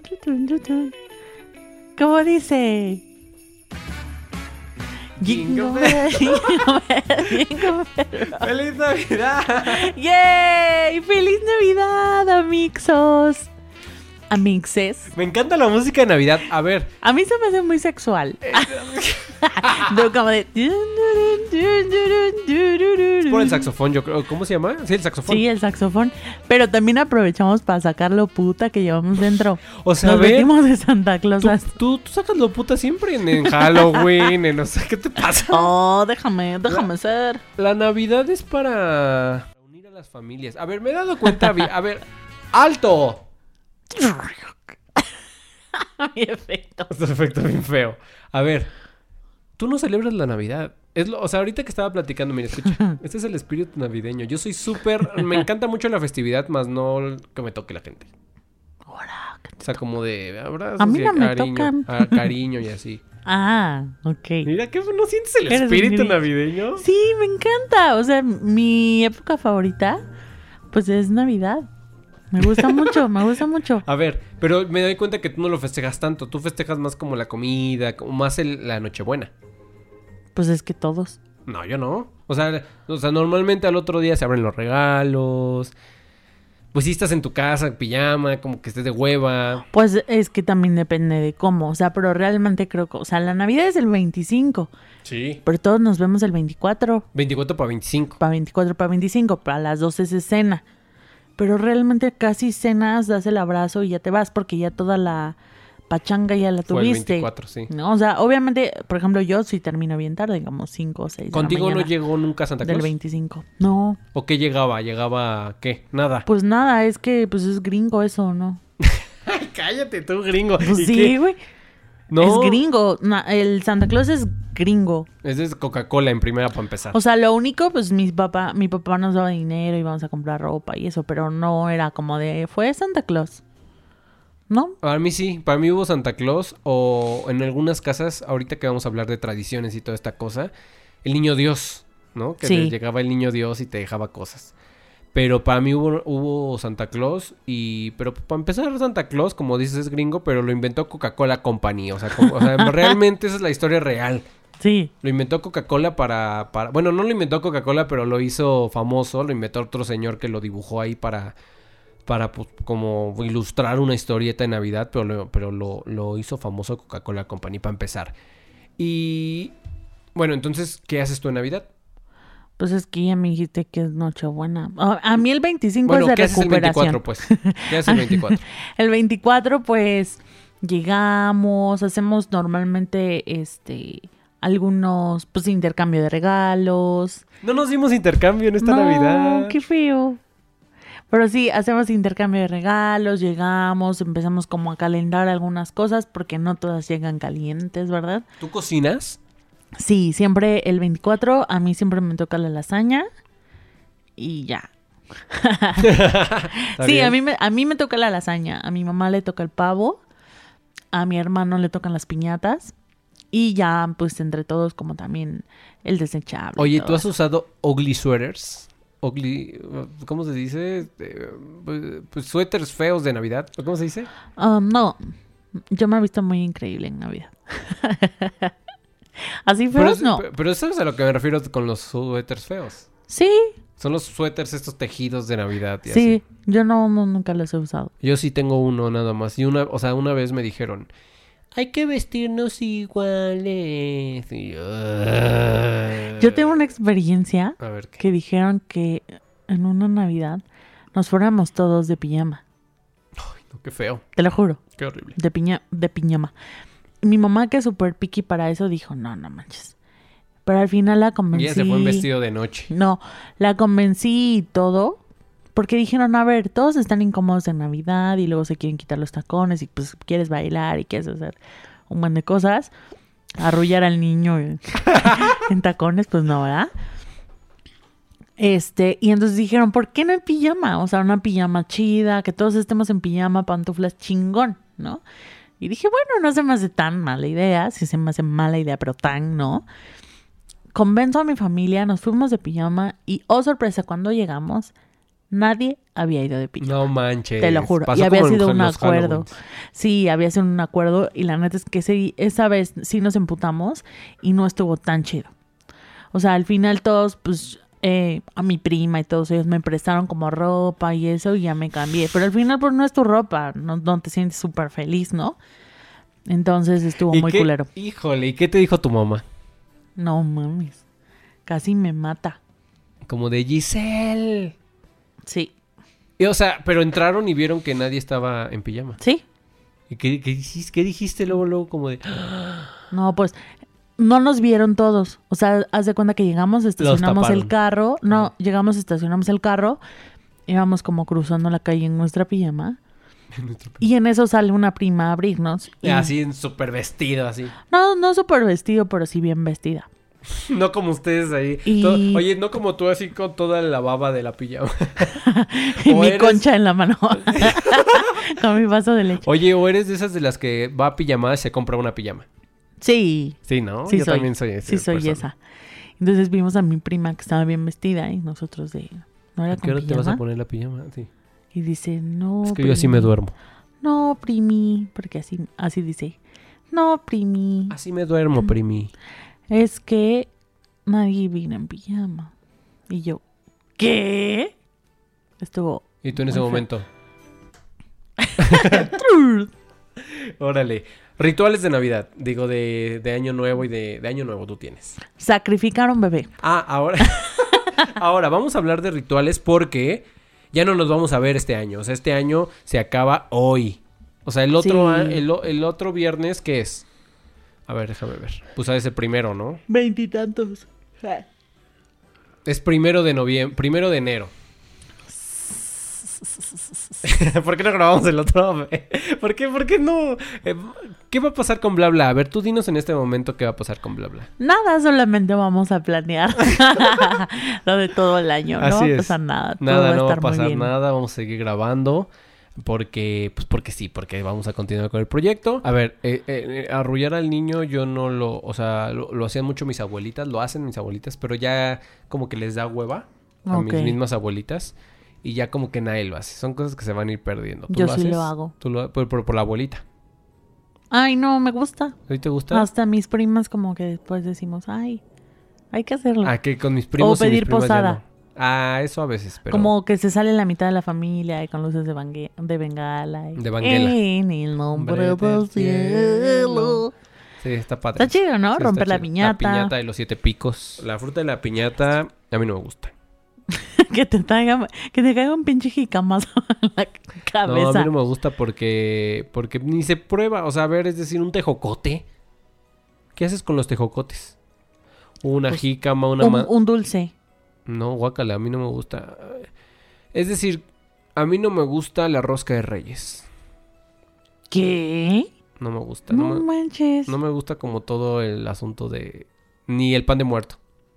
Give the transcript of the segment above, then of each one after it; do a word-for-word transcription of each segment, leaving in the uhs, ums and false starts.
¿Cómo dice? Jingle bell. Jingle bell, jingle bell. ¡Feliz Navidad! ¡Yay! ¡Feliz Navidad, amixos! Amixes. Me encanta la música de Navidad. A ver. A mí se me hace muy sexual. No, como de... Es por el saxofón, yo creo. ¿Cómo se llama? Sí, el saxofón. Sí, el saxofón. Pero también aprovechamos para sacar lo puta que llevamos dentro. O sea, Nos a ver, metimos de Santa Claus. Tú, tú, tú sacas lo puta siempre en, en Halloween, en no sé qué te pasa. Oh, déjame, déjame La- ser. La Navidad es para unir a las familias. A ver, me he dado cuenta. vi- A ver, ¡alto! Mi efecto. Este efecto bien feo. A ver, tú no celebras la Navidad. Es lo, o sea, ahorita que estaba platicando, mira, escucha. Este es el espíritu navideño. Yo soy súper... Me encanta mucho la festividad, más no que me toque la gente. Ahora, ¿qué O sea, como de abrazos A mí y no me cariño. tocan. Ah, cariño y así. Ah, ok. Mira, ¿qué? ¿No sientes el Eres espíritu un- navideño? Sí, me encanta. O sea, mi época favorita, pues es Navidad. Me gusta mucho, me gusta mucho. A ver, pero me doy cuenta que tú no lo festejas tanto. Tú festejas más como la comida, como más el- la Nochebuena. Pues es que todos. No, yo no. O sea, o sea, normalmente al otro día se abren los regalos. Pues si estás en tu casa, en pijama, como que estés de hueva. Pues es que también depende de cómo. O sea, pero realmente creo que... O sea, la Navidad es el veinticinco. Sí. Pero todos nos vemos el veinticuatro. veinticuatro para veinticinco. Para veinticuatro, para veinticinco. Para las doce se cena. Pero realmente casi cenas, das el abrazo y ya te vas. Porque ya toda la pachanga ya la Fue el tuviste. veinticuatro, sí. ¿No? O sea, obviamente, por ejemplo, yo sí termino bien tarde. Digamos cinco o seis de la ¿Contigo no mañana llegó nunca Santa del Claus? veinticinco. No. ¿O qué llegaba? ¿Llegaba qué? Nada. Pues nada, es que pues es gringo eso, ¿no? Ay, cállate tú, gringo. Pues ¿Y sí, qué? güey. No. Es gringo. Na- el Santa Claus es gringo. Es de Coca-Cola en primera para empezar. O sea, lo único, pues mi papá, mi papá nos daba dinero y íbamos a comprar ropa y eso, pero no era como de, fue Santa Claus. ¿No? Para mí sí, para mí hubo Santa Claus o en algunas casas, ahorita que vamos a hablar de tradiciones y toda esta cosa, el niño Dios, ¿no? Que Sí. te llegaba el niño Dios y te dejaba cosas. Pero para mí hubo, hubo Santa Claus y... Pero para empezar Santa Claus, como dices, es gringo, pero lo inventó Coca-Cola Company. O sea, como- o sea, realmente esa es la historia real. Sí. Lo inventó Coca-Cola para, para... Bueno, no lo inventó Coca-Cola, pero lo hizo famoso. Lo inventó otro señor que lo dibujó ahí para... Para, pues, como ilustrar una historieta de Navidad. Pero lo, pero lo, lo hizo famoso Coca-Cola Company para empezar. Y... Bueno, entonces, ¿qué haces tú en Navidad? Pues es que ya me dijiste que es Nochebuena. Ah, a mí el veinticinco Bueno, es de ¿qué haces el recuperación. veinticuatro, pues? ¿Qué haces el veinticuatro? El veinticuatro, pues, llegamos, hacemos normalmente, este, algunos, pues, intercambio de regalos. No nos dimos intercambio en esta No, Navidad. qué feo. Pero sí, hacemos intercambio de regalos, llegamos, empezamos como a calentar algunas cosas porque no todas llegan calientes, ¿verdad? ¿Tú cocinas? Sí, siempre el veinticuatro, a mí siempre me toca la lasaña y ya. ¿Está Sí, bien? a mí, me, a mí me toca la lasaña, a mi mamá le toca el pavo, a mi hermano le tocan las piñatas y ya pues entre todos como también el desechable. y Oye, todo ¿tú has eso. usado ugly sweaters? Ugly... ¿Cómo se dice? Eh, Pues, pues suéteres feos de Navidad. ¿Cómo se dice? Um, no, yo me he visto muy increíble en Navidad. Así Pero, feos, es- no. pero eso es a lo que me refiero con los suéteres feos. Sí, Son los suéteres estos tejidos de Navidad y sí, así. yo no, no, nunca los he usado. Yo sí tengo uno nada más. Y una, o sea, una vez me dijeron, hay que vestirnos iguales. Y yo, "Ah". Yo tengo una experiencia A ver, ¿qué? que dijeron que en una Navidad nos fuéramos todos de pijama. Ay, no, qué feo. Te lo juro, Qué horrible. de, piña, de piñama. Mi mamá, que es súper picky para eso, dijo, no, no manches. Pero al final la Y convencí. ella se fue en vestido de noche. No, la convencí y todo. Porque dijeron, a ver, todos están incómodos en Navidad y luego se quieren quitar los tacones y pues quieres bailar y quieres hacer un montón de cosas. Arrullar al niño en, en tacones, pues no, ¿verdad? Este, y entonces dijeron, ¿por qué no en pijama? O sea, una pijama chida, que todos estemos en pijama, pantuflas chingón, ¿no? Y dije, bueno, no se me hace tan mala idea, si se me hace mala idea, pero tan, ¿no? Convenzo a mi familia, nos fuimos de pijama y, oh sorpresa, cuando llegamos, Nadie había ido de pijama. No manches. Te lo juro. Pasó Y había como en sido un los acuerdo. Halloweens. Sí, había sido un acuerdo. Y la neta es que ese- esa vez sí nos emputamos y no estuvo tan chido. O sea, al final todos, pues, eh, a mi prima y todos ellos me prestaron como ropa y eso y ya me cambié. Pero al final, pues, no es tu ropa. No, no te sientes súper feliz, ¿no? Entonces estuvo ¿Y muy qué- culero. Híjole, ¿y qué te dijo tu mamá? No mames. Casi me mata. Como de Giselle. Sí. Y, o sea, pero entraron y vieron que nadie estaba en pijama. ¿Sí? ¿Y qué, qué, dijiste, qué dijiste luego, luego como de... No, pues no nos vieron todos. O sea, haz de cuenta que llegamos, estacionamos taparon. el carro. No, Ajá. llegamos, estacionamos el carro. Íbamos como cruzando la calle en nuestra pijama. Y en eso sale una prima a abrirnos. Y... Así, en súper vestido, así. No, no súper vestido, pero sí bien vestida. No como ustedes ahí. Y- Todo- oye, no como tú así con toda la baba de la pijama. Y O mi eres- concha en la mano. Con mi vaso de leche. Oye, o eres de esas de las que va a pijamada y se compra una pijama. Sí. Sí, ¿no? Sí Yo soy. también soy esa Sí soy persona. esa. Entonces vimos a mi prima que estaba bien vestida y nosotros de... ¿No era ¿A qué con hora te vas a pijama? poner la pijama? Sí. Y dice, no, Es que yo así me primi. duermo. No, primi, porque así, así dice. No, primi, Así me duermo, primi. es que nadie vino en pijama. Y yo, ¿qué? Estuvo... Y tú en ese Muy feo. momento. Órale. Rituales de Navidad. Digo, de, de Año Nuevo y de, de Año Nuevo tú tienes. Sacrificaron bebé. Ah, ahora. Ahora, vamos a hablar de rituales porque ya no nos vamos a ver este año. O sea, este año se acaba hoy. O sea, el otro, Sí. a- el, o- el otro viernes, ¿qué es? A ver, déjame ver. Pues es el primero, ¿no? Veintitantos. Es primero de noviembre, primero de enero. ¿Por qué no grabamos el otro? ¿Por qué, por qué no? Eh, ¿Qué va a pasar con bla bla? A ver, tú dinos en este momento qué va a pasar con bla bla. Nada, solamente vamos a planear lo de todo el año. No Así va a es. pasar nada. todo Nada, va a no va a estar muy pasar bien. nada, vamos a seguir grabando. Porque, pues porque sí, porque vamos a continuar con el proyecto. A ver, eh, eh, arrullar al niño yo no lo, o sea, lo, lo hacían mucho mis abuelitas, lo hacen mis abuelitas, pero ya como que les da hueva a Ok. mis mismas abuelitas y ya como que nadie lo hace. Son cosas que se van a ir perdiendo. ¿Tú Yo lo sí haces? lo hago. ¿Tú lo, por, por, por la abuelita? Ay, no, me gusta. ¿A ti te gusta? Hasta mis primas como que después decimos, ay, hay que hacerlo. Ah, que con mis primos y mis pedir primas ya posada. no. Ah, eso a veces, pero... Como que se sale la mitad de la familia y con luces de, bangue- de bengala. Y... De banguela. En el nombre Hombre del del cielo. Sí, está padre. Está chido, ¿no? Sí, está Romper la chido. piñata. La piñata de los siete picos. La fruta de la piñata a mí no me gusta. que te traiga, que te caiga un pinche jicamazo en la cabeza. No, a mí no me gusta porque porque ni se prueba. O sea, a ver, es decir, un tejocote. ¿Qué haces con los tejocotes? Una Pues, jícama, una... un, ma- un dulce. No, guácala, a mí no me gusta. Es decir, a mí no me gusta la rosca de reyes. ¿Qué? No me gusta. No, No, me, manches. no me gusta como todo el asunto de... Ni el pan de muerto.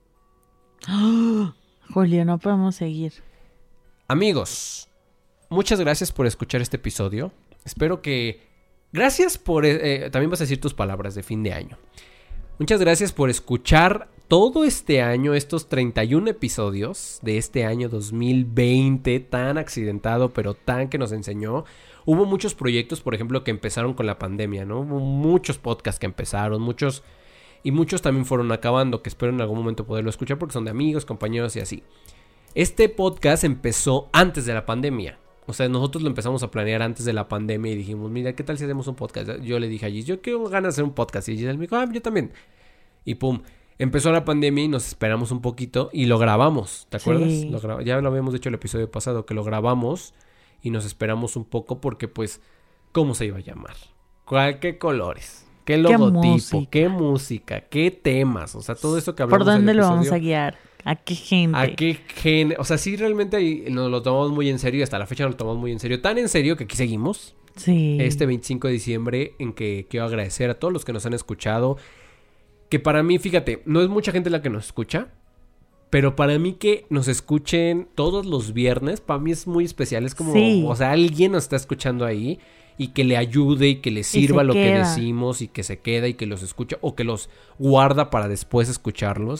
Julio, no podemos seguir. Amigos, muchas gracias por escuchar este episodio. Espero que... Gracias por... eh, eh, también vas a decir tus palabras de fin de año. Muchas gracias por escuchar todo este año, estos treinta y uno episodios de este año dos mil veinte, tan accidentado, pero tan que nos enseñó. Hubo muchos proyectos, por ejemplo, que empezaron con la pandemia, ¿no? Hubo muchos podcasts que empezaron, muchos... Y muchos también fueron acabando, que espero en algún momento poderlo escuchar porque son de amigos, compañeros y así. Este podcast empezó antes de la pandemia. O sea, nosotros lo empezamos a planear antes de la pandemia y dijimos, mira, ¿qué tal si hacemos un podcast? Yo le dije a Gis, yo quiero ganas de hacer un podcast. Y Giselle me dijo, ah, yo también. Y pum, empezó la pandemia y nos esperamos un poquito y lo grabamos, ¿te acuerdas? Sí. Lo gra- ya lo habíamos dicho el episodio pasado, que lo grabamos y nos esperamos un poco porque pues, ¿cómo se iba a llamar? ¿Cuál, qué colores? ¿Qué logotipo? música? ¿Qué música? ¿Qué temas? O sea, todo eso que hablamos ¿Por dónde en el lo vamos episodio, a guiar? ¿A qué gente? ¿a qué género? O sea, sí, realmente ahí nos lo tomamos muy en serio y hasta la fecha nos lo tomamos muy en serio. Tan en serio que aquí seguimos. Sí. Este veinticinco de diciembre en que quiero agradecer a todos los que nos han escuchado. Que para mí, fíjate, no es mucha gente la que nos escucha. Pero para mí que nos escuchen todos los viernes, para mí es muy especial. Es como, Sí. o sea, alguien nos está escuchando ahí y que le ayude y que le sirva se lo que queda. decimos y que se queda y que los escucha o que los guarda para después escucharlos.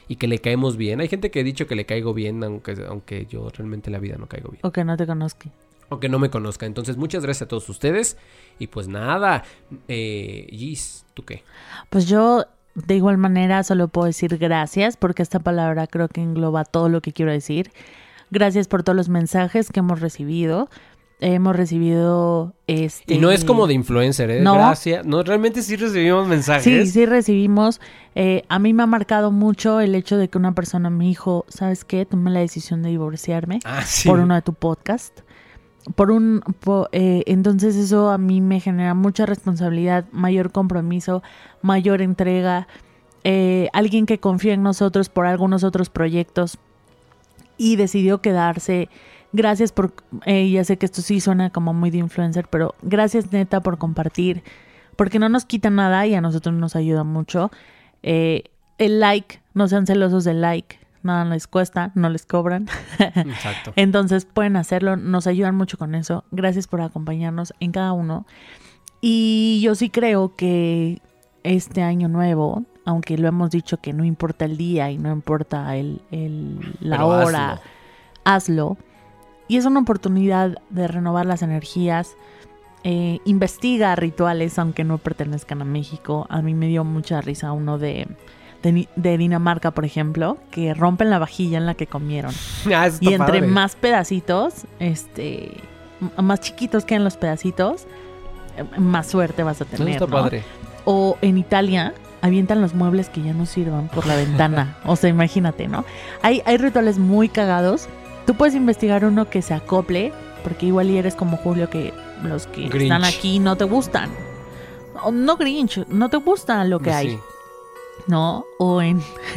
y que le caemos bien. Hay gente que ha dicho que le caigo bien, aunque, aunque yo realmente en la vida no caigo bien. O que no te conozca. O que no me conozca. Entonces, muchas gracias a todos ustedes. Y pues nada, eh, Gis, ¿tú qué? Pues yo, de igual manera, solo puedo decir gracias, porque esta palabra creo que engloba todo lo que quiero decir. Gracias por todos los mensajes que hemos recibido. Hemos recibido este... Y no es como de influencer, ¿eh? No. Gracias. No, realmente sí recibimos mensajes. Sí, sí recibimos. Eh, a mí me ha marcado mucho el hecho de que una persona me dijo, ¿sabes qué? Tomé la decisión de divorciarme Ah, sí. por uno de tu podcast. Por un... por, eh, entonces eso a mí me genera mucha responsabilidad, mayor compromiso, mayor entrega. Eh, alguien que confía en nosotros por algunos otros proyectos y decidió quedarse. Gracias por, eh, ya sé que esto sí suena como muy de influencer, pero gracias neta por compartir, porque no nos quita nada y a nosotros nos ayuda mucho. Eh, el like, no sean celosos del like, nada les cuesta, no les cobran. Exacto. Entonces pueden hacerlo, nos ayudan mucho con eso. Gracias por acompañarnos en cada uno. Y yo sí creo que este año nuevo, aunque lo hemos dicho que no importa el día y no importa el, el, la Pero hora, hazlo. hazlo. Y es una oportunidad de renovar las energías. Eh, investiga rituales, aunque no pertenezcan a México. A mí me dio mucha risa uno de, de, de Dinamarca, por ejemplo, que rompen la vajilla en la que comieron. Ah, eso está Y entre padre. más pedacitos, este, m- más chiquitos quedan los pedacitos, eh, más suerte vas a Eso tener, está ¿no? padre. O en Italia avientan los muebles que ya no sirvan por la ventana. O sea, imagínate, ¿no? Hay, hay rituales muy cagados. Tú puedes investigar uno que se acople, porque igual y eres como Julio, que los que Grinch. están aquí no te gustan. O no Grinch, no te gusta lo que Sí. hay, ¿no? O en,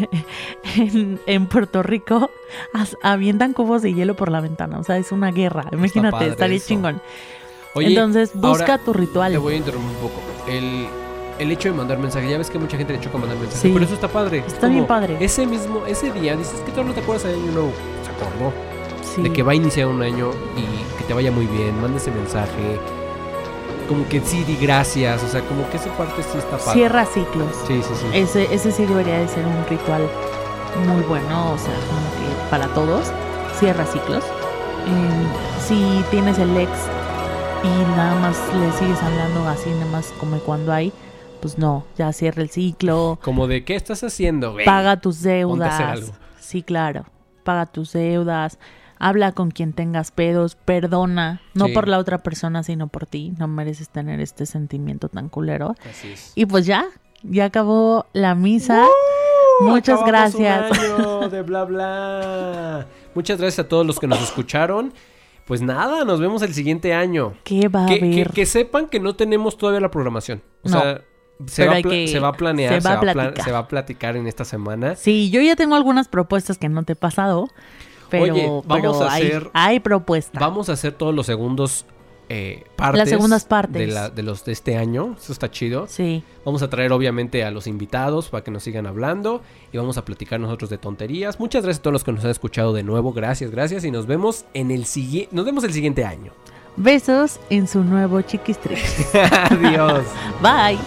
en, en Puerto Rico as- avientan cubos de hielo por la ventana. O sea, es una guerra. Imagínate, padre estaría eso. chingón. Oye, Entonces, busca ahora tu ritual. te voy a interrumpir un poco. El, el hecho de mandar mensajes, ya ves que mucha gente le choca mandar mensajes, Sí. pero eso está padre. Es Está bien como padre. Ese mismo, ese día, dices que tú no te acuerdas de año nuevo. Se acordó. Sí. De que va a iniciar un año y que te vaya muy bien, manda ese mensaje. Como que sí, di gracias. O sea, como que esa parte sí está padre. Cierra ciclos. Sí, sí, sí. Ese, ese sí debería de ser un ritual muy bueno, o sea, como que para todos. Cierra ciclos. Eh, si tienes el ex y nada más le sigues hablando así, nada más como cuando hay, pues no, ya cierra el ciclo. Como de, ¿qué estás haciendo, güey? Paga tus Ponte a deudas. hacer algo. Sí, claro. Paga tus deudas. Habla con quien tengas pedos. Perdona. No Sí. por la otra persona, sino por ti. No mereces tener este sentimiento tan culero. Así es. Y pues ya. Ya acabó la misa. ¡Uh! Muchas Acabamos gracias. un año de bla bla. Muchas gracias a todos los que nos escucharon. Pues nada, nos vemos el siguiente año. ¿Qué va a Que, que, haber? que sepan que no tenemos todavía la programación. O No. sea, se Pero va, a hay pla- que- se va a planear, se se va va, a a pla- platicar. se va a platicar en esta semana. Sí, yo ya tengo algunas propuestas que no te he pasado. Pero, Oye, vamos pero a hay, hacer- hay propuestas. Vamos a hacer todos los segundos eh, partes. Las segundas partes. De, la- de los de este año. Eso está chido. Sí. Vamos a traer obviamente a los invitados para que nos sigan hablando y vamos a platicar nosotros de tonterías. Muchas gracias a todos los que nos han escuchado de nuevo. Gracias, gracias y nos vemos en el siguiente nos vemos el siguiente año. Besos en su nuevo Chiquistrix. Adiós. Bye.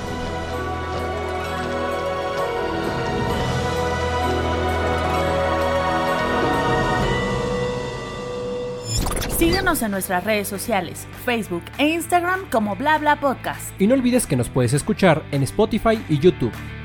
Síguenos en nuestras redes sociales, Facebook e Instagram como Bla Bla Podcast. Y no olvides que nos puedes escuchar en Spotify y YouTube.